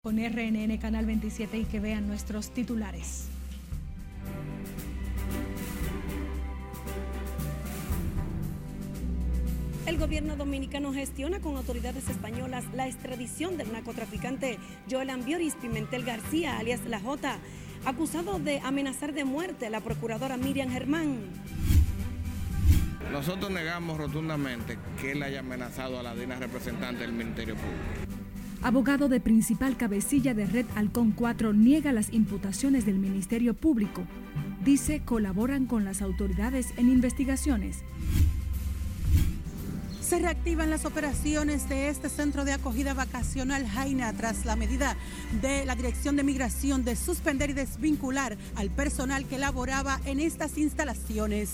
Con RNN Canal 27 y que vean nuestros titulares. El gobierno dominicano gestiona con autoridades españolas la extradición del narcotraficante Joel Ambioris Pimentel García, alias La Jota, acusado de amenazar de muerte a la procuradora Miriam Germán. Nosotros negamos rotundamente que él haya amenazado a la digna representante del Ministerio Público. Abogado de principal cabecilla de Red Halcón 4 niega las imputaciones del Ministerio Público. Dice colaboran con las autoridades en investigaciones. Se reactivan las operaciones de este centro de acogida vacacional Jaina tras la medida de la Dirección de Migración de suspender y desvincular al personal que laboraba en estas instalaciones.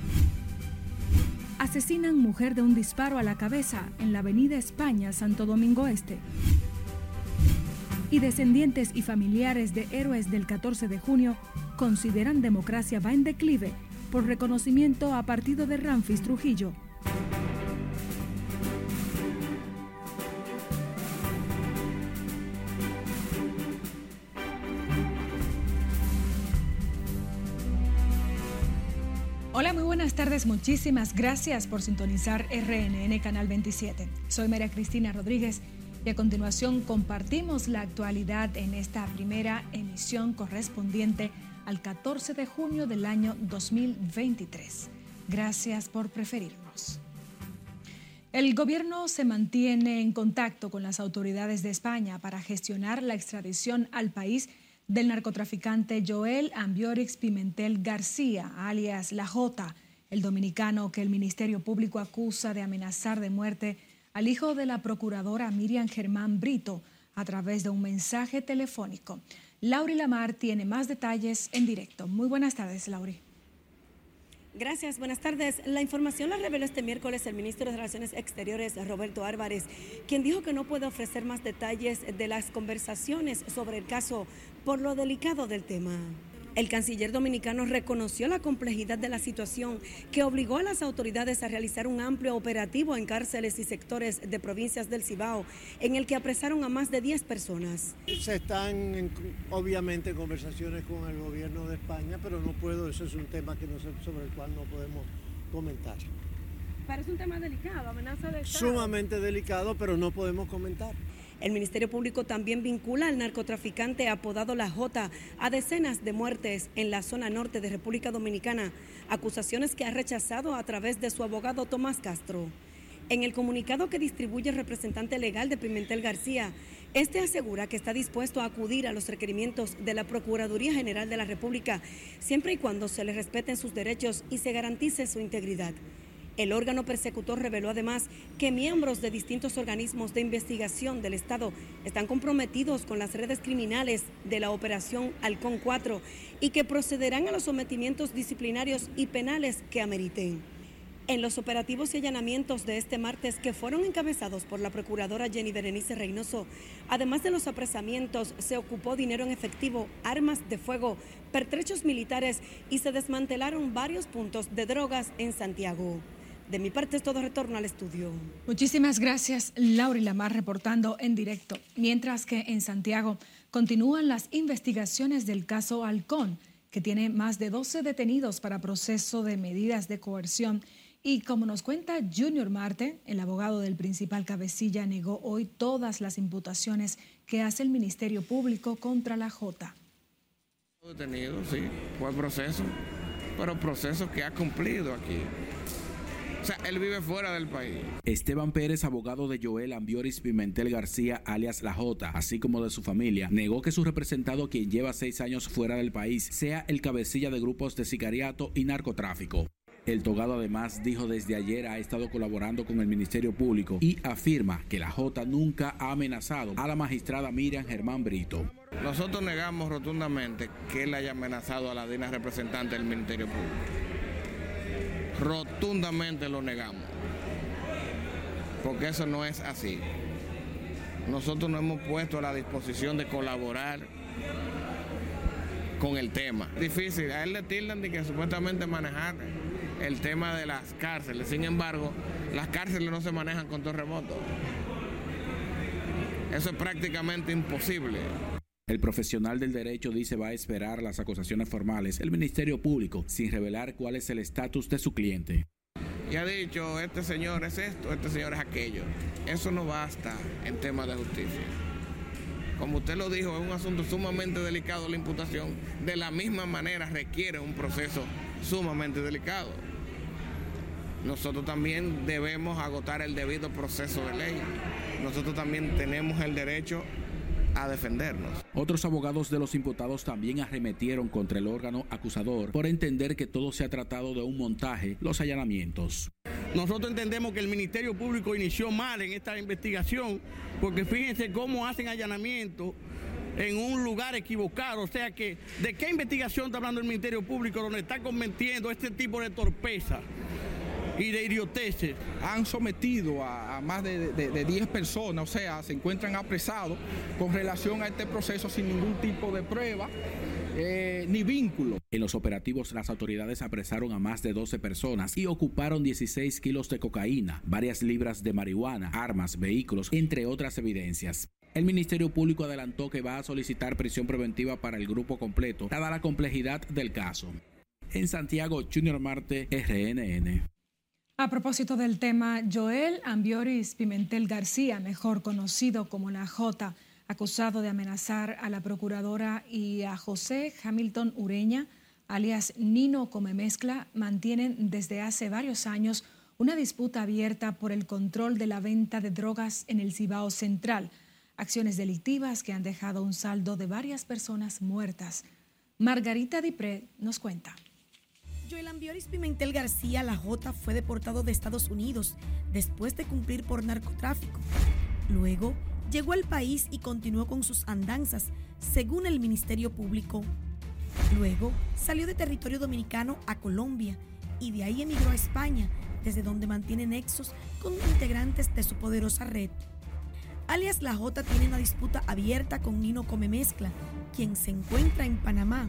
Asesinan mujer de un disparo a la cabeza en la avenida España, Santo Domingo Este. Y descendientes y familiares de héroes del 14 de junio consideran democracia va en declive por reconocimiento a partido de Ramfis Trujillo. Hola, muy buenas tardes. Muchísimas gracias por sintonizar RNN Canal 27. Soy María Cristina Rodríguez y a continuación compartimos la actualidad en esta primera emisión correspondiente al 14 de junio del año 2023. Gracias por preferirnos. El gobierno se mantiene en contacto con las autoridades de España para gestionar la extradición al país del narcotraficante Joel Ambioris Pimentel García, alias La Jota, el dominicano que el Ministerio Público acusa de amenazar de muerte al hijo de la procuradora Miriam Germán Brito a través de un mensaje telefónico. Lauri Lamar tiene más detalles en directo. Muy buenas tardes, Lauri. Gracias, buenas tardes. La información la reveló este miércoles el ministro de Relaciones Exteriores, Roberto Álvarez, quien dijo que no puede ofrecer más detalles de las conversaciones sobre el caso por lo delicado del tema. El canciller dominicano reconoció la complejidad de la situación que obligó a las autoridades a realizar un amplio operativo en cárceles y sectores de provincias del Cibao, en el que apresaron a más de 10 personas. Se están obviamente en conversaciones con el gobierno de España, pero no puedo, eso es un tema sobre el cual no podemos comentar. Parece un tema delicado, amenaza de Estado. Sumamente delicado, pero no podemos comentar. El Ministerio Público también vincula al narcotraficante apodado La Jota a decenas de muertes en la zona norte de República Dominicana, acusaciones que ha rechazado a través de su abogado Tomás Castro. En el comunicado que distribuye el representante legal de Pimentel García, este asegura que está dispuesto a acudir a los requerimientos de la Procuraduría General de la República, siempre y cuando se le respeten sus derechos y se garantice su integridad. El órgano persecutor reveló además que miembros de distintos organismos de investigación del Estado están comprometidos con las redes criminales de la Operación Halcón 4 y que procederán a los sometimientos disciplinarios y penales que ameriten. En los operativos y allanamientos de este martes que fueron encabezados por la procuradora Jenny Berenice Reynoso, además de los apresamientos, se ocupó dinero en efectivo, armas de fuego, pertrechos militares y se desmantelaron varios puntos de drogas en Santiago. De mi parte es todo, retorno al estudio. Muchísimas gracias, Lauri Lamar, reportando en directo. Mientras que en Santiago continúan las investigaciones del caso Halcón, que tiene más de 12 detenidos para proceso de medidas de coerción. Y como nos cuenta Junior Marte, el abogado del principal cabecilla negó hoy todas las imputaciones que hace el Ministerio Público contra La Jota. Detenido, sí, fue proceso, pero proceso que ha cumplido aquí. O sea, él vive fuera del país. Esteban Pérez, abogado de Joel Ambioris Pimentel García, alias La Jota, así como de su familia, negó que su representado, quien lleva 6 años fuera del país, sea el cabecilla de grupos de sicariato y narcotráfico. El togado además dijo desde ayer ha estado colaborando con el Ministerio Público y afirma que La Jota nunca ha amenazado a la magistrada Miriam Germán Brito. Nosotros negamos rotundamente que él haya amenazado a la digna representante del Ministerio Público. Rotundamente lo negamos, porque eso no es así. Nosotros nos hemos puesto a la disposición de colaborar con el tema. Difícil, a él le tildan de que supuestamente manejar el tema de las cárceles. Sin embargo, las cárceles no se manejan con todo remoto. Eso es prácticamente imposible. El profesional del derecho dice va a esperar las acusaciones formales del Ministerio Público sin revelar cuál es el estatus de su cliente. Y ha dicho, este señor es esto, este señor es aquello. Eso no basta en temas de justicia. Como usted lo dijo, es un asunto sumamente delicado la imputación. De la misma manera requiere un proceso sumamente delicado. Nosotros también debemos agotar el debido proceso de ley. Nosotros también tenemos el derecho a defendernos. Otros abogados de los imputados también arremetieron contra el órgano acusador por entender que todo se ha tratado de un montaje, los allanamientos. Nosotros entendemos que el Ministerio Público inició mal en esta investigación, porque fíjense cómo hacen allanamientos en un lugar equivocado. O sea que, ¿de qué investigación está hablando el Ministerio Público donde está cometiendo este tipo de torpeza y de idioteces? Han sometido a más de 10 personas, o sea, se encuentran apresados con relación a este proceso sin ningún tipo de prueba ni vínculo. En los operativos, las autoridades apresaron a más de 12 personas y ocuparon 16 kilos de cocaína, varias libras de marihuana, armas, vehículos, entre otras evidencias. El Ministerio Público adelantó que va a solicitar prisión preventiva para el grupo completo, dada la complejidad del caso. En Santiago, Junior Marte, RNN. A propósito del tema, Joel Ambioris Pimentel García, mejor conocido como La Jota, acusado de amenazar a la procuradora, y a José Hamilton Ureña, alias Nino Comemezcla, mantienen desde hace varios años una disputa abierta por el control de la venta de drogas en el Cibao Central, acciones delictivas que han dejado un saldo de varias personas muertas. Margarita Dipré nos cuenta. Joel Ambioris Pimentel García, La Jota, fue deportado de Estados Unidos después de cumplir por narcotráfico. Luego, llegó al país y continuó con sus andanzas, según el Ministerio Público. Luego, salió de territorio dominicano a Colombia y de ahí emigró a España, desde donde mantiene nexos con integrantes de su poderosa red. Alias La Jota tiene una disputa abierta con Nino Comemezcla, quien se encuentra en Panamá.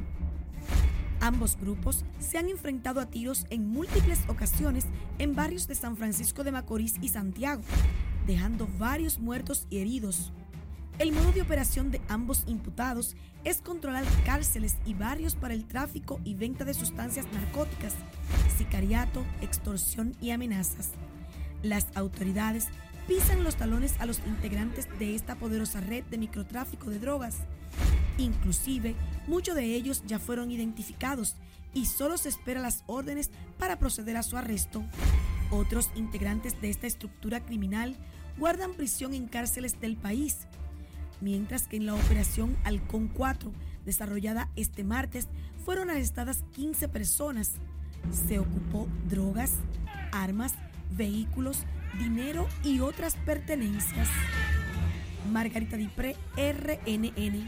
Ambos grupos se han enfrentado a tiros en múltiples ocasiones en barrios de San Francisco de Macorís y Santiago, dejando varios muertos y heridos. El modo de operación de ambos imputados es controlar cárceles y barrios para el tráfico y venta de sustancias narcóticas, sicariato, extorsión y amenazas. Las autoridades pisan los talones a los integrantes de esta poderosa red de microtráfico de drogas. Inclusive, muchos de ellos ya fueron identificados y solo se esperan las órdenes para proceder a su arresto. Otros integrantes de esta estructura criminal guardan prisión en cárceles del país, mientras que en la operación Halcón 4, desarrollada este martes, fueron arrestadas 15 personas. Se ocupó drogas, armas, vehículos, dinero y otras pertenencias. Margarita Dipré, RNN.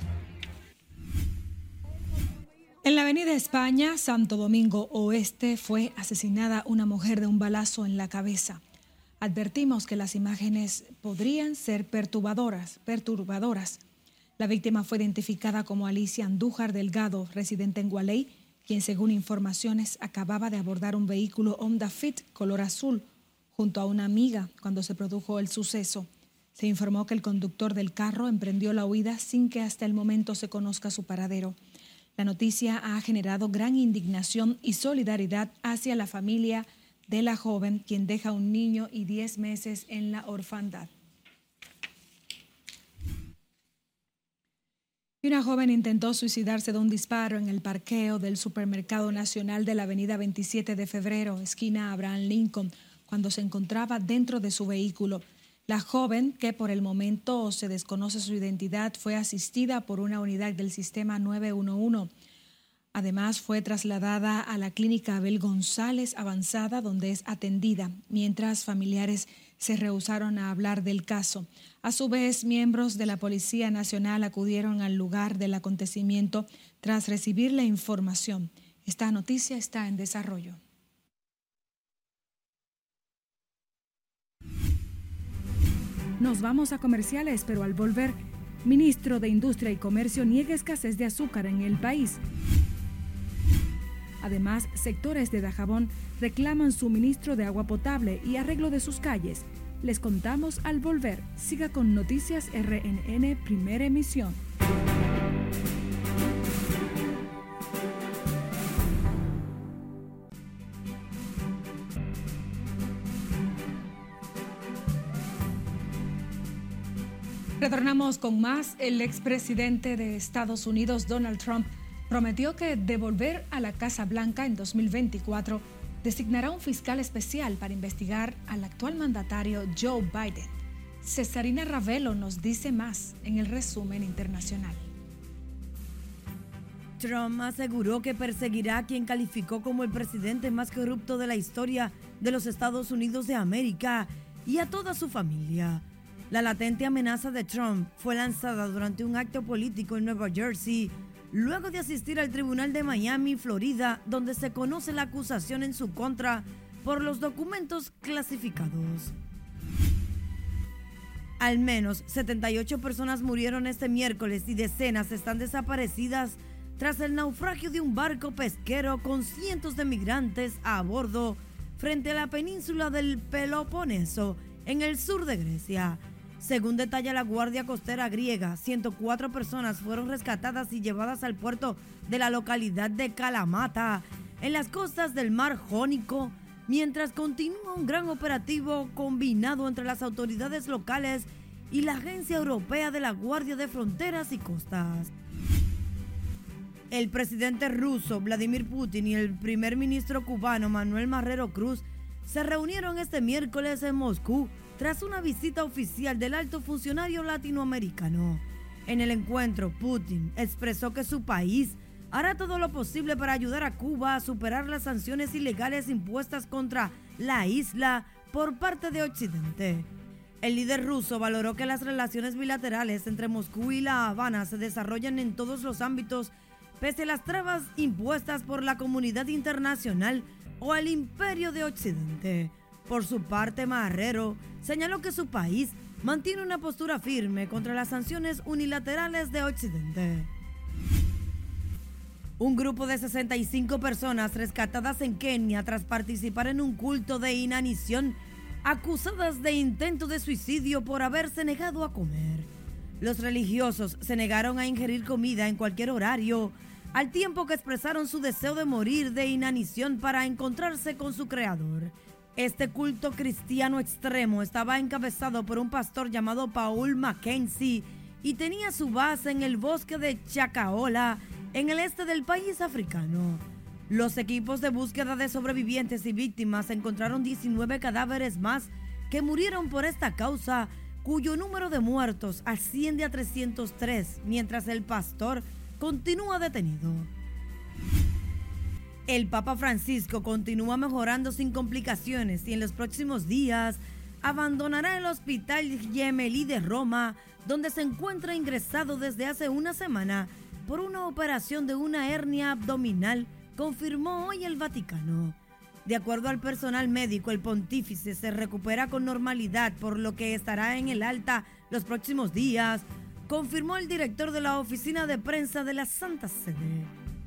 En la avenida España, Santo Domingo Oeste, fue asesinada una mujer de un balazo en la cabeza. Advertimos que las imágenes podrían ser perturbadoras. La víctima fue identificada como Alicia Andújar Delgado, residente en Gualey, quien, según informaciones, acababa de abordar un vehículo Honda Fit color azul junto a una amiga cuando se produjo el suceso. Se informó que el conductor del carro emprendió la huida sin que hasta el momento se conozca su paradero. La noticia ha generado gran indignación y solidaridad hacia la familia de la joven, quien deja un niño y 10 meses en la orfandad. Y una joven intentó suicidarse de un disparo en el parqueo del Supermercado Nacional de la avenida 27 de Febrero, esquina Abraham Lincoln, cuando se encontraba dentro de su vehículo. La joven, que por el momento se desconoce su identidad, fue asistida por una unidad del sistema 911. Además, fue trasladada a la clínica Abel González Avanzada, donde es atendida, mientras familiares se rehusaron a hablar del caso. A su vez, miembros de la Policía Nacional acudieron al lugar del acontecimiento tras recibir la información. Esta noticia está en desarrollo. Nos vamos a comerciales, pero al volver, ministro de Industria y Comercio niega escasez de azúcar en el país. Además, sectores de Dajabón reclaman suministro de agua potable y arreglo de sus calles. Les contamos al volver. Siga con Noticias RNN, primera emisión. Retornamos con más. El expresidente de Estados Unidos, Donald Trump, prometió que de volver a la Casa Blanca en 2024, designará un fiscal especial para investigar al actual mandatario Joe Biden. Cesarina Ravelo nos dice más en el resumen internacional. Trump aseguró que perseguirá a quien calificó como el presidente más corrupto de la historia de los Estados Unidos de América y a toda su familia. La latente amenaza de Trump fue lanzada durante un acto político en Nueva Jersey, luego de asistir al tribunal de Miami, Florida, donde se conoce la acusación en su contra por los documentos clasificados. Al menos 78 personas murieron este miércoles y decenas están desaparecidas tras el naufragio de un barco pesquero con cientos de migrantes a bordo frente a la península del Peloponeso, en el sur de Grecia. Según detalla la Guardia Costera griega, 104 personas fueron rescatadas y llevadas al puerto de la localidad de Kalamata, en las costas del Mar Jónico, mientras continúa un gran operativo combinado entre las autoridades locales y la Agencia Europea de la Guardia de Fronteras y Costas. El presidente ruso Vladimir Putin y el primer ministro cubano Manuel Marrero Cruz se reunieron este miércoles en Moscú tras una visita oficial del alto funcionario latinoamericano. En el encuentro, Putin expresó que su país hará todo lo posible para ayudar a Cuba a superar las sanciones ilegales impuestas contra la isla por parte de Occidente. El líder ruso valoró que las relaciones bilaterales entre Moscú y La Habana se desarrollan en todos los ámbitos, pese a las trabas impuestas por la comunidad internacional o el imperio de Occidente. Por su parte, Marrero señaló que su país mantiene una postura firme contra las sanciones unilaterales de Occidente. Un grupo de 65 personas rescatadas en Kenia tras participar en un culto de inanición, acusadas de intento de suicidio por haberse negado a comer. Los religiosos se negaron a ingerir comida en cualquier horario, al tiempo que expresaron su deseo de morir de inanición para encontrarse con su creador. Este culto cristiano extremo estaba encabezado por un pastor llamado Paul Mackenzie y tenía su base en el bosque de Chakaola, en el este del país africano. Los equipos de búsqueda de sobrevivientes y víctimas encontraron 19 cadáveres más que murieron por esta causa, cuyo número de muertos asciende a 303, mientras el pastor continúa detenido. El Papa Francisco continúa mejorando sin complicaciones y en los próximos días abandonará el Hospital Gemelli de Roma, donde se encuentra ingresado desde hace una semana por una operación de una hernia abdominal, confirmó hoy el Vaticano. De acuerdo al personal médico, el pontífice se recupera con normalidad, por lo que estará en el alta los próximos días, confirmó el director de la oficina de prensa de la Santa Sede.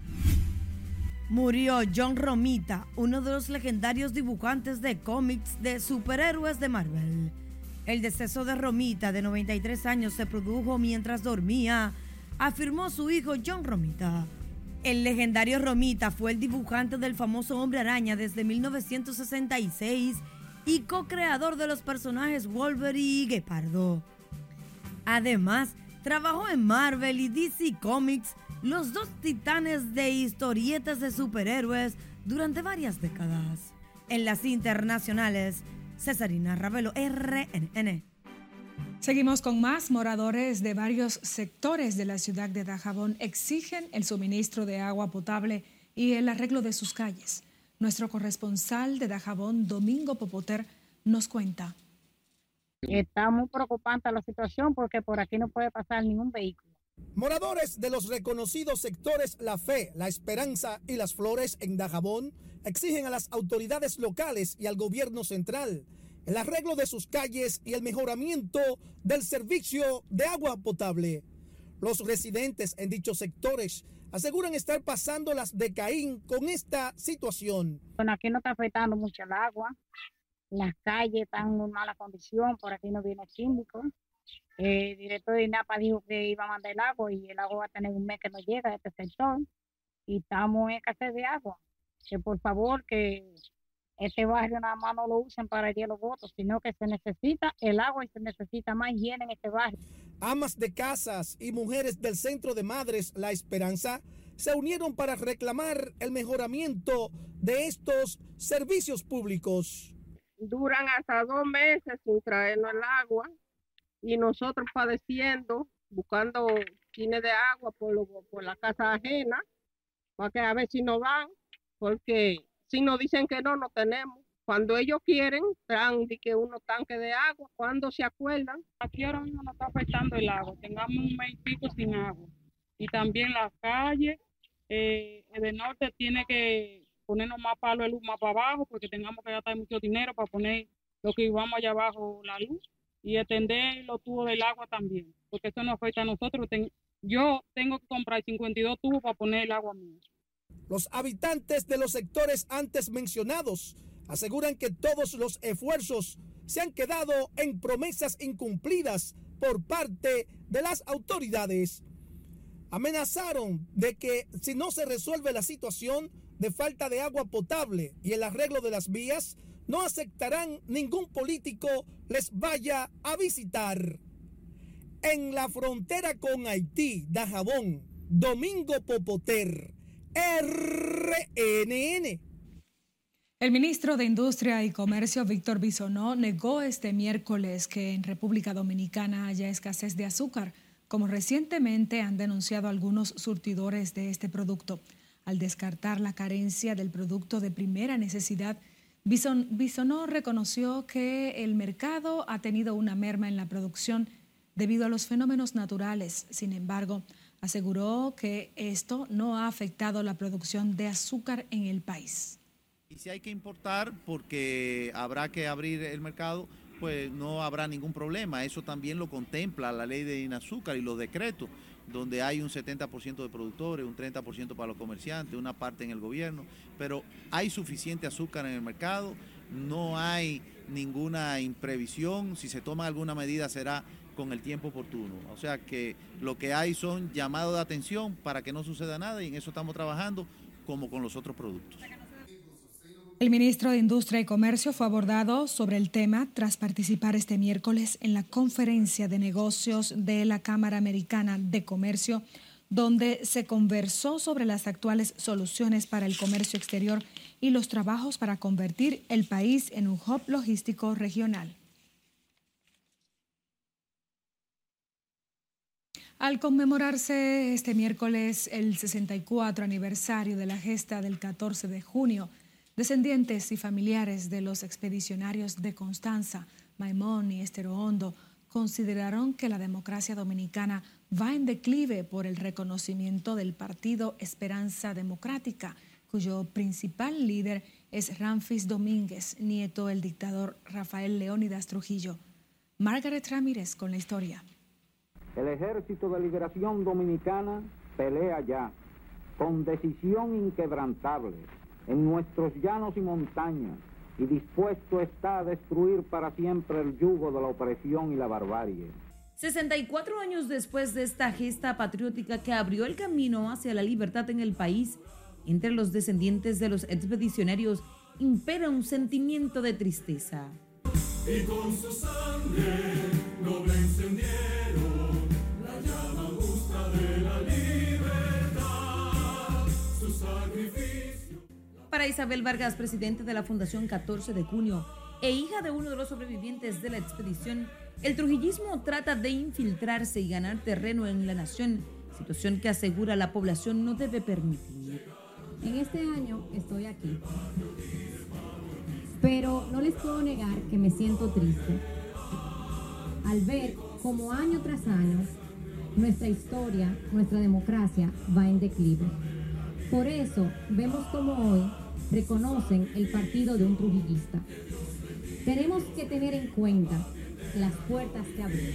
Murió John Romita, uno de los legendarios dibujantes de cómics de superhéroes de Marvel. El deceso de Romita, de 93 años, se produjo mientras dormía, afirmó su hijo John Romita. El legendario Romita fue el dibujante del famoso Hombre Araña desde 1966 y co-creador de los personajes Wolverine y Guepardo. Además, trabajó en Marvel y DC Comics, los dos titanes de historietas de superhéroes, durante varias décadas. En las internacionales, Cesarina Ravelo, RNN. Seguimos con más. Moradores de varios sectores de la ciudad de Dajabón exigen el suministro de agua potable y el arreglo de sus calles. Nuestro corresponsal de Dajabón, Domingo Popoter, nos cuenta. Está muy preocupante la situación porque por aquí no puede pasar ningún vehículo. Moradores de los reconocidos sectores La Fe, La Esperanza y Las Flores en Dajabón exigen a las autoridades locales y al gobierno central el arreglo de sus calles y el mejoramiento del servicio de agua potable. Los residentes en dichos sectores aseguran estar pasándolas de Caín con esta situación. Bueno, aquí no está afectando mucho el agua, las calles están en mala condición, por aquí no viene el síndico. El director de INAPA dijo que iba a mandar el agua y el agua va a tener un mes que no llega a este sector y estamos en escasez de agua. Que por favor que este barrio nada más no lo usen para herir los votos, sino que se necesita el agua y se necesita más higiene en este barrio. Amas de casas y mujeres del Centro de Madres La Esperanza se unieron para reclamar el mejoramiento de estos servicios públicos. Duran hasta 2 meses sin traernos el agua y nosotros padeciendo, buscando tines de agua por la casa ajena, para que a ver si nos dan, porque si nos dicen que no tenemos. Cuando ellos quieren, traen unos tanques de agua, cuando se acuerdan. Aquí ahora mismo nos está afectando el agua, tengamos un mes y pico sin agua. Y también las calles, el norte tiene que ponernos más palo de luz más para abajo, porque tengamos que gastar mucho dinero para poner lo que vivamos allá abajo la luz y extender los tubos del agua también, porque eso nos afecta a nosotros. Yo tengo que comprar 52 tubos para poner el agua mía. Los habitantes de los sectores antes mencionados aseguran que todos los esfuerzos se han quedado en promesas incumplidas por parte de las autoridades. Amenazaron de que si no se resuelve la situación de falta de agua potable y el arreglo de las vías, no aceptarán ningún político les vaya a visitar. En la frontera con Haití, Dajabón, Domingo Popoter, RNN. El ministro de Industria y Comercio, Víctor Bisonó, negó este miércoles que en República Dominicana haya escasez de azúcar, como recientemente han denunciado algunos surtidores de este producto. Al descartar la carencia del producto de primera necesidad, Bisonó reconoció que el mercado ha tenido una merma en la producción debido a los fenómenos naturales. Sin embargo, aseguró que esto no ha afectado la producción de azúcar en el país. Y si hay que importar porque habrá que abrir el mercado, pues no habrá ningún problema. Eso también lo contempla la ley de Inazúcar y los decretos, donde hay un 70% de productores, un 30% para los comerciantes, una parte en el gobierno, pero hay suficiente azúcar en el mercado, no hay ninguna imprevisión, si se toma alguna medida será con el tiempo oportuno. O sea que lo que hay son llamados de atención para que no suceda nada y en eso estamos trabajando como con los otros productos. El ministro de Industria y Comercio fue abordado sobre el tema tras participar este miércoles en la conferencia de negocios de la Cámara Americana de Comercio, donde se conversó sobre las actuales soluciones para el comercio exterior y los trabajos para convertir el país en un hub logístico regional. Al conmemorarse este miércoles el 64 aniversario de la gesta del 14 de junio, descendientes y familiares de los expedicionarios de Constanza, Maimón y Estero Hondo consideraron que la democracia dominicana va en declive por el reconocimiento del partido Esperanza Democrática, cuyo principal líder es Ramfis Domínguez, nieto del dictador Rafael Leónidas Trujillo. Margaret Ramírez con la historia. El Ejército de Liberación Dominicana pelea ya, con decisión inquebrantable, en nuestros llanos y montañas, y dispuesto está a destruir para siempre el yugo de la opresión y la barbarie. 64 años después de esta gesta patriótica que abrió el camino hacia la libertad en el país, entre los descendientes de los expedicionarios impera un sentimiento de tristeza. Y con su sangre noble encendieron la llama justa de la libertad, su sacrificio. Para Isabel Vargas, presidente de la Fundación 14 de Junio e hija de uno de los sobrevivientes de la expedición, el trujillismo trata de infiltrarse y ganar terreno en la nación, situación que asegura la población no debe permitir. En este año estoy aquí, pero no les puedo negar que me siento triste al ver cómo año tras año nuestra historia, nuestra democracia va en declive. Por eso vemos como hoy reconocen el partido de un trujillista. Tenemos que tener en cuenta las puertas que abrimos.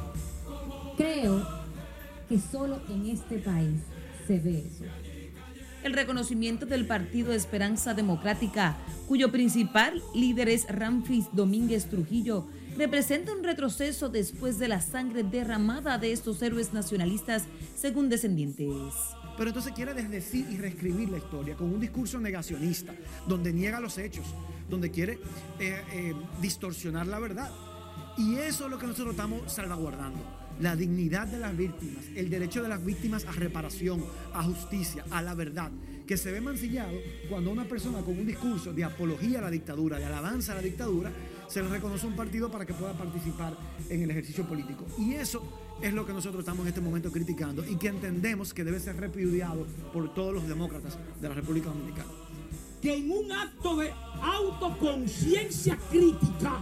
Creo que solo en este país se ve eso. el reconocimiento del Partido Esperanza Democrática, cuyo principal líder es Ramfis Domínguez Trujillo, representa un retroceso después de la sangre derramada de estos héroes nacionalistas, según descendientes. Pero entonces quiere desdecir y reescribir la historia con un discurso negacionista, donde niega los hechos, donde quiere distorsionar la verdad. Y eso es lo que nosotros estamos salvaguardando. La dignidad de las víctimas, el derecho de las víctimas a reparación, a justicia, a la verdad, que se ve mancillado cuando una persona con un discurso de apología a la dictadura, de alabanza a la dictadura, se le reconoce un partido para que pueda participar en el ejercicio político. Y eso es lo que nosotros estamos en este momento criticando y que entendemos que debe ser repudiado por todos los demócratas de la República Dominicana. Que en un acto de autoconciencia crítica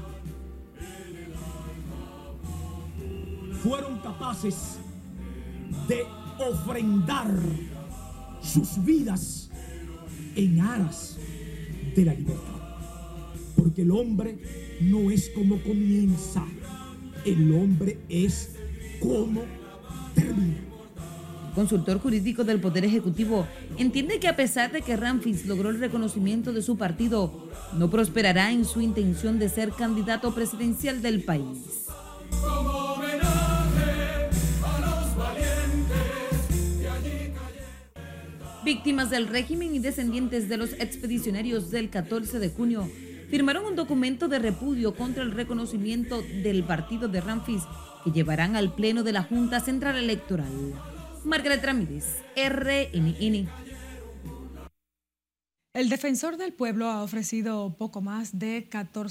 fueron capaces de ofrendar sus vidas en aras de la libertad. Porque el hombre no es como comienza, el hombre es como termina. El consultor jurídico del Poder Ejecutivo entiende que a pesar de que Ramfis logró el reconocimiento de su partido, no prosperará en su intención de ser candidato presidencial del país. Víctimas del régimen y descendientes de los expedicionarios del 14 de junio firmaron un documento de repudio contra el reconocimiento del partido de Ramfis que llevarán al Pleno de la Junta Central Electoral. Margaret Ramírez, RNN. El Defensor del Pueblo ha ofrecido poco más de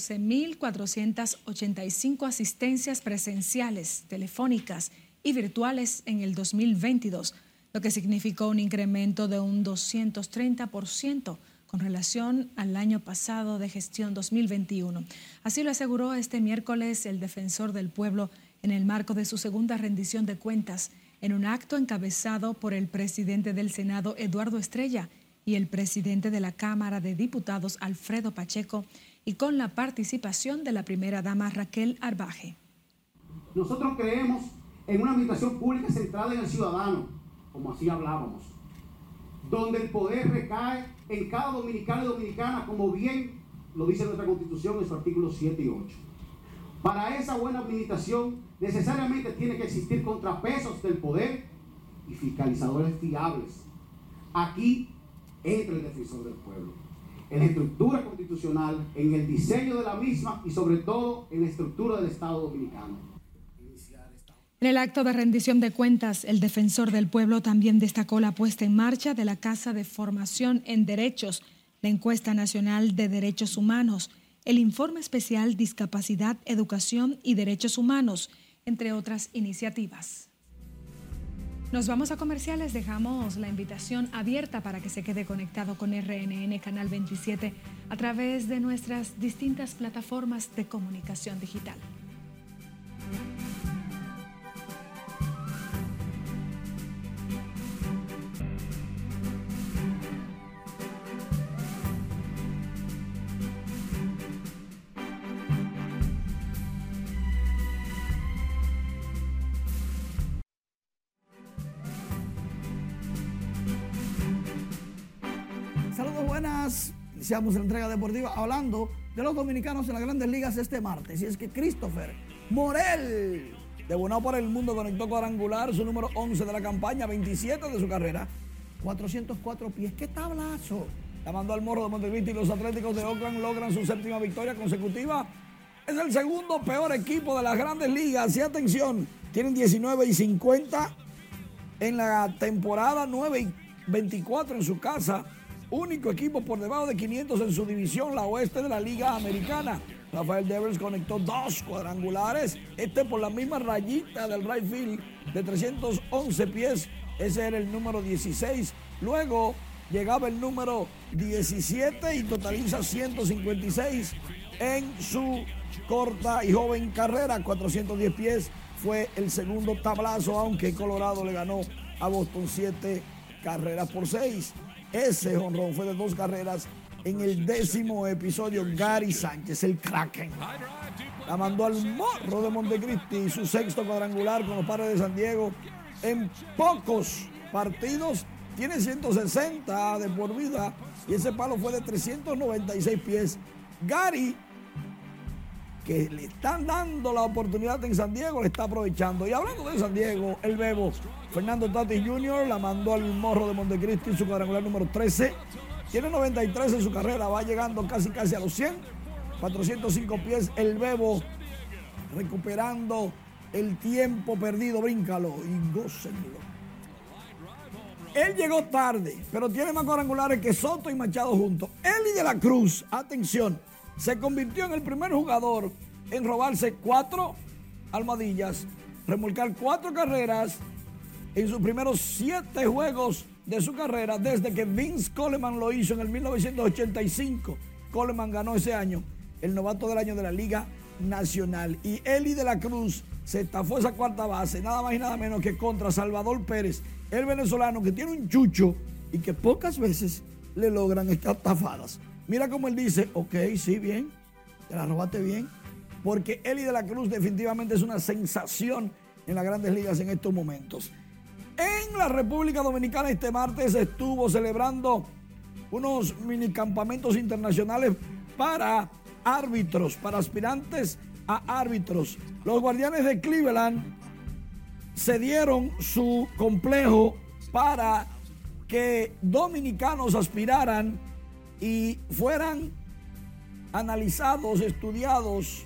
14.485 asistencias presenciales, telefónicas y virtuales en el 2022, lo que significó un incremento de un 230% con relación al año pasado de gestión 2021. Así lo aseguró este miércoles el Defensor del Pueblo en el marco de su segunda rendición de cuentas, en un acto encabezado por el presidente del Senado, Eduardo Estrella, y el presidente de la Cámara de Diputados, Alfredo Pacheco, y con la participación de la primera dama, Raquel Arbaje. Nosotros creemos en una administración pública centrada en el ciudadano, como así hablábamos, donde el poder recae en cada dominicano y dominicana, como bien lo dice nuestra Constitución en sus artículos 7 y 8. Para esa buena administración necesariamente tiene que existir contrapesos del poder y fiscalizadores fiables. Aquí entra el Defensor del Pueblo, en la estructura constitucional, en el diseño de la misma y sobre todo en la estructura del Estado dominicano. En el acto de rendición de cuentas, el Defensor del Pueblo también destacó la puesta en marcha de la Casa de Formación en Derechos, la Encuesta Nacional de Derechos Humanos, el Informe Especial Discapacidad, Educación y Derechos Humanos, entre otras iniciativas. Nos vamos a comerciales, dejamos la invitación abierta para que se quede conectado con RNN Canal 27 a través de nuestras distintas plataformas de comunicación digital. Saludos, buenas. Iniciamos la entrega deportiva hablando de los dominicanos en las Grandes Ligas este martes. Y es que Christopher Morel, debutado por el mundo, conectó cuadrangular, su número 11 de la campaña, 27 de su carrera, 404 pies. ¡Qué tablazo! La mandó al Morro de Montecristi y los Atléticos de Oakland logran su séptima victoria consecutiva. Es el segundo peor equipo de las Grandes Ligas. Y atención, tienen 19 y 50 en la temporada, 9 y 24 en su casa. Único equipo por debajo de 500 en su división, la oeste de la Liga Americana. Rafael Devers conectó 2 cuadrangulares, por la misma rayita del right field de 311 pies. Ese era el número 16. Luego llegaba el número 17 y totaliza 156 en su corta y joven carrera. 410 pies fue el segundo tablazo, aunque Colorado le ganó a Boston 7 carreras por 6. Ese jonrón fue de 2 carreras en el 10º episodio. Gary Sánchez, el Kraken, la mandó al Morro de Montecristi, su 6º cuadrangular con los Padres de San Diego. En pocos partidos tiene 160 de por vida y ese palo fue de 396 pies. Gary, que le están dando la oportunidad en San Diego, le está aprovechando. Y hablando de San Diego, el Bebo, Fernando Tatis Jr. la mandó al Morro de Montecristi en su cuadrangular número 13. Tiene 93 en su carrera, va llegando casi a los 100. 405 pies, el Bebo recuperando el tiempo perdido. Bríncalo y gócenlo. Él llegó tarde, pero tiene más cuadrangulares que Soto y Machado juntos. Eli de la Cruz, atención, se convirtió en el primer jugador en robarse 4 almohadillas, remolcar 4 carreras en sus primeros 7 juegos de su carrera desde que Vince Coleman lo hizo en el 1985. Coleman ganó ese año el novato del año de la Liga Nacional. Y Eli de la Cruz se estafó esa cuarta base, nada más y nada menos que contra Salvador Pérez, el venezolano que tiene un chucho y que pocas veces le logran estas tafadas. Mira cómo él dice, ok, sí, bien, te la robaste bien, porque Eli de la Cruz definitivamente es una sensación en las grandes ligas en estos momentos. En la República Dominicana este martes estuvo celebrando unos minicampamentos internacionales para árbitros, para aspirantes a árbitros. Los Guardianes de Cleveland cedieron su complejo para que dominicanos aspiraran y fueran analizados, estudiados,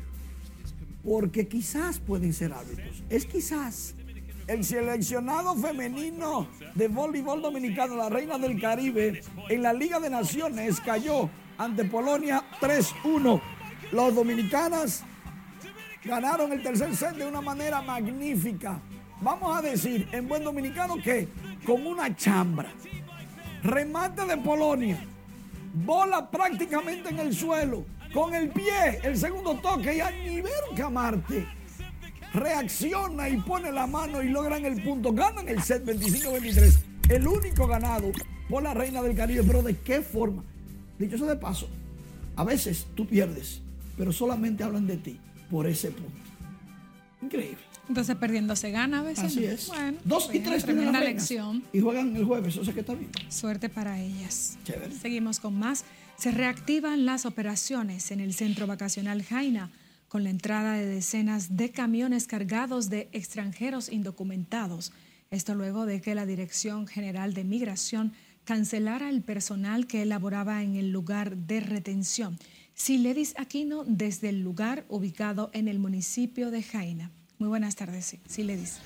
porque quizás pueden ser árbitros. Es quizás. El seleccionado femenino de voleibol dominicano, la Reina del Caribe, en la Liga de Naciones cayó ante Polonia 3-1. Los dominicanas ganaron el tercer set de una manera magnífica. Vamos a decir en buen dominicano que como una chambra. Remate de Polonia. Bola prácticamente en el suelo. Con el pie, el segundo toque y Aníbal Camarte reacciona y pone la mano y logran el punto. Ganan el set 25-23. El único ganado por la Reina del Caribe. Pero ¿de qué forma? Dicho eso de paso, a veces tú pierdes, pero solamente hablan de ti por ese punto. Increíble. Entonces perdiendo se gana a veces. Así es. Bueno, 2 y 3 tienen tremenda las lección. Y juegan el jueves, o sea que está bien. Suerte para ellas. Chévere. Seguimos con más. Se reactivan las operaciones en el centro vacacional Jaina con la entrada de decenas de camiones cargados de extranjeros indocumentados. Esto luego de que la Dirección General de Migración cancelara el personal que elaboraba en el lugar de retención. Siledis Aquino desde el lugar ubicado en el municipio de Jaina. Muy buenas tardes, Siledis.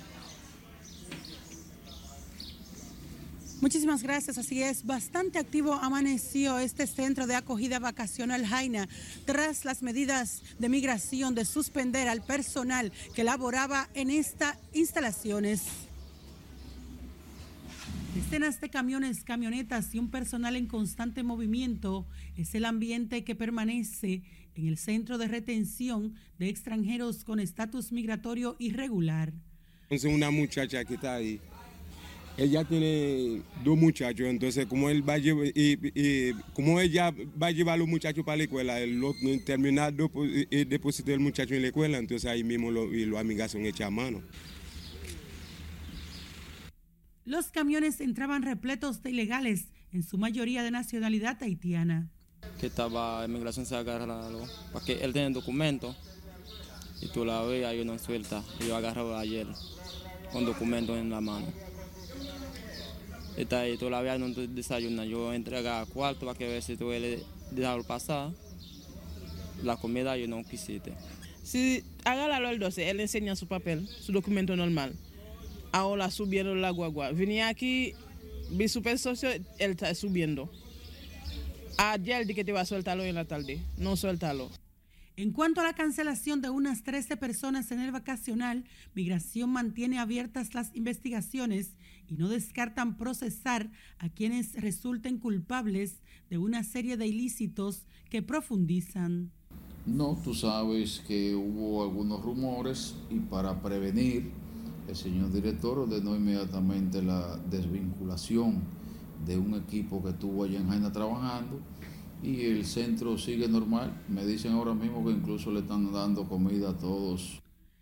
Muchísimas gracias, así es, bastante activo amaneció este centro de acogida vacacional Jaina tras las medidas de migración de suspender al personal que laboraba en estas instalaciones. Decenas de camiones, camionetas y un personal en constante movimiento es el ambiente que permanece en el centro de retención de extranjeros con estatus migratorio irregular. Entonces una muchacha que está ahí, ella tiene 2 muchachos, entonces como él va a llevar, como ella va a llevar a los muchachos para la escuela, él termina de depositar el muchacho en la escuela, entonces ahí mismo los amigas son hechas a mano. Los camiones entraban repletos de ilegales, en su mayoría de nacionalidad haitiana. Que estaba en migración se agarra para que él tiene documento y tú la ves ahí no suelta. Y yo agarro ayer con documentos en la mano. Está ahí, tú la ves no desayuna. Yo entrega cuarto para que ver si tú le dejas pasar. La comida yo no quisiste. Si agárralo el 12, él enseña su papel, su documento normal. Ahora subieron la guagua. Venía aquí, vi super socio, él está subiendo. Ayer dije que te iba a soltarlo en la tarde, no suéltalo. En cuanto a la cancelación de unas 13 personas en el vacacional, Migración mantiene abiertas las investigaciones y no descartan procesar a quienes resulten culpables de una serie de ilícitos que profundizan. No, tú sabes que hubo algunos rumores y para prevenir, el señor director ordenó inmediatamente la desvinculación de un equipo que estuvo allá en Jaina trabajando y el centro sigue normal. Me dicen ahora mismo que incluso le están dando comida a todos.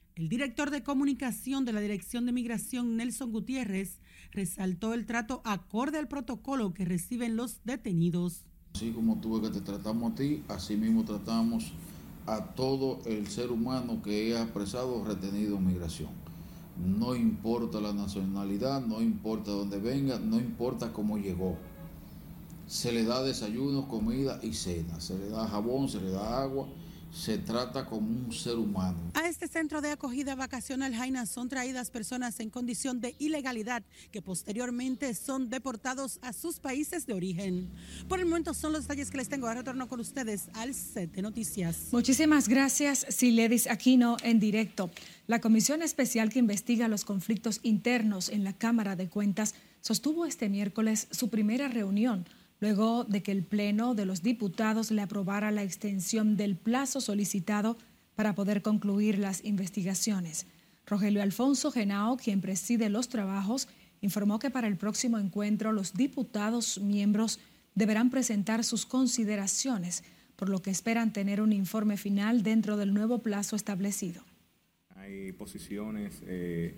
El director de comunicación de la Dirección de Migración, Nelson Gutiérrez, resaltó el trato acorde al protocolo que reciben los detenidos. Así como tú ves que te tratamos a ti, así mismo tratamos a todo el ser humano que es apresado o retenido en migración. No importa la nacionalidad, no importa dónde venga, no importa cómo llegó. Se le da desayuno, comida y cena, se le da jabón, se le da agua, se trata como un ser humano. A este centro de acogida vacacional Jaina son traídas personas en condición de ilegalidad que posteriormente son deportados a sus países de origen. Por el momento son los detalles que les tengo. Ahora retorno con ustedes al set de noticias. Muchísimas gracias, Siledis Aquino, en directo. La Comisión Especial que investiga los conflictos internos en la Cámara de Cuentas sostuvo este miércoles su primera reunión, luego de que el Pleno de los Diputados le aprobara la extensión del plazo solicitado para poder concluir las investigaciones. Rogelio Alfonso Genao, quien preside los trabajos, informó que para el próximo encuentro los diputados miembros deberán presentar sus consideraciones, por lo que esperan tener un informe final dentro del nuevo plazo establecido. Hay posiciones de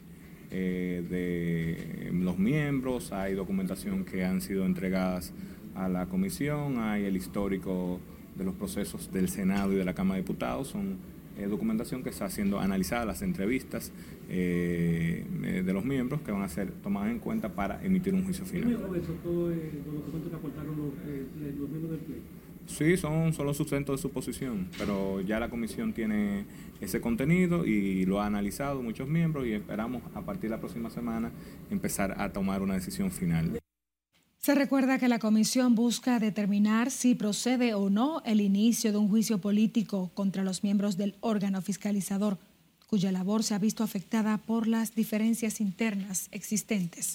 los miembros, hay documentación que han sido entregadas a la comisión, hay el histórico de los procesos del Senado y de la Cámara de Diputados, son documentación que está siendo analizada, las entrevistas de los miembros que van a ser tomadas en cuenta para emitir un juicio final. ¿Cómo eso, todos los documentos que aportaron los miembros del Pleno? Sí, son solo sustentos de su posición, pero ya la comisión tiene ese contenido y lo ha analizado muchos miembros y esperamos a partir de la próxima semana empezar a tomar una decisión final. Se recuerda que la comisión busca determinar si procede o no el inicio de un juicio político contra los miembros del órgano fiscalizador, cuya labor se ha visto afectada por las diferencias internas existentes.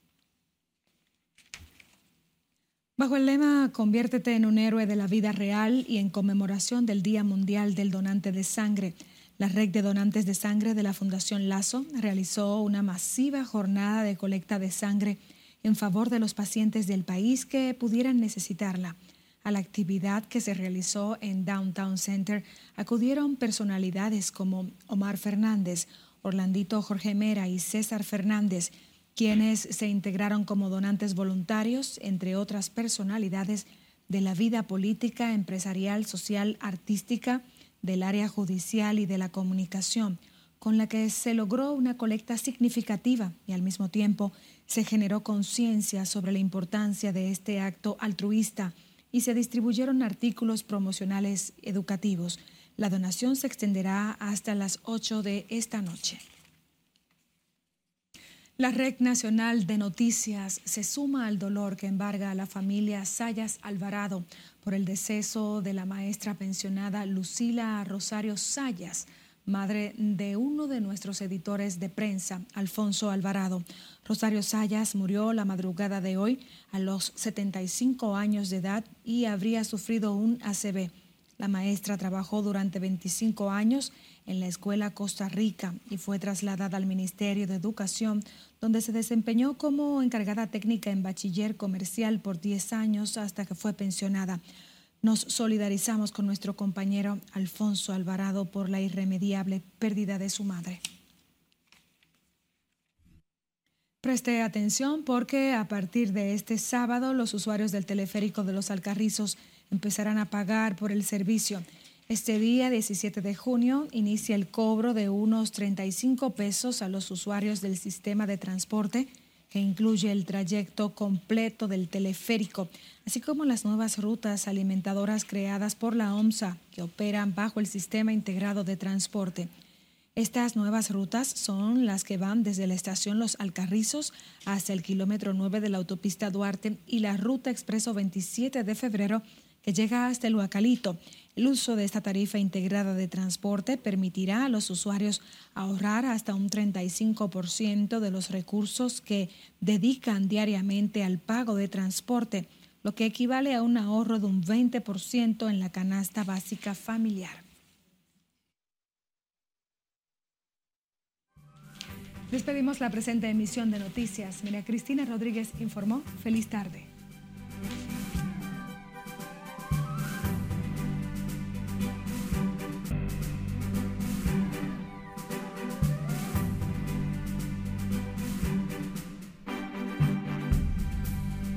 Bajo el lema Conviértete en un héroe de la vida real y en conmemoración del Día Mundial del Donante de Sangre, la Red de Donantes de Sangre de la Fundación Lazo realizó una masiva jornada de colecta de sangre en favor de los pacientes del país que pudieran necesitarla. A la actividad que se realizó en Downtown Center acudieron personalidades como Omar Fernández, Orlandito Jorge Mera y César Fernández, quienes se integraron como donantes voluntarios, entre otras personalidades de la vida política, empresarial, social, artística, del área judicial y de la comunicación, con la que se logró una colecta significativa y al mismo tiempo se generó conciencia sobre la importancia de este acto altruista y se distribuyeron artículos promocionales educativos. La donación se extenderá hasta las 8 de esta noche. La Red Nacional de Noticias se suma al dolor que embarga a la familia Sayas Alvarado por el deceso de la maestra pensionada Lucila Rosario Sayas, madre de uno de nuestros editores de prensa, Alfonso Alvarado. Rosario Sayas murió la madrugada de hoy a los 75 años de edad y habría sufrido un ACV. La maestra trabajó durante 25 años en la Escuela Costa Rica y fue trasladada al Ministerio de Educación, donde se desempeñó como encargada técnica en bachiller comercial por 10 años hasta que fue pensionada. Nos solidarizamos con nuestro compañero Alfonso Alvarado por la irremediable pérdida de su madre. Preste atención porque a partir de este sábado los usuarios del teleférico de Los Alcarrizos empezarán a pagar por el servicio. Este día, 17 de junio, inicia el cobro de unos 35 pesos a los usuarios del sistema de transporte, que incluye el trayecto completo del teleférico, así como las nuevas rutas alimentadoras creadas por la OMSA, que operan bajo el Sistema Integrado de Transporte. Estas nuevas rutas son las que van desde la estación Los Alcarrizos hasta el kilómetro 9 de la autopista Duarte y la ruta expreso 27 de febrero, que llega hasta el Huacalito. El uso de esta tarifa integrada de transporte permitirá a los usuarios ahorrar hasta un 35% de los recursos que dedican diariamente al pago de transporte, lo que equivale a un ahorro de un 20% en la canasta básica familiar. Despedimos la presente emisión de noticias. María Cristina Rodríguez informó. Feliz tarde.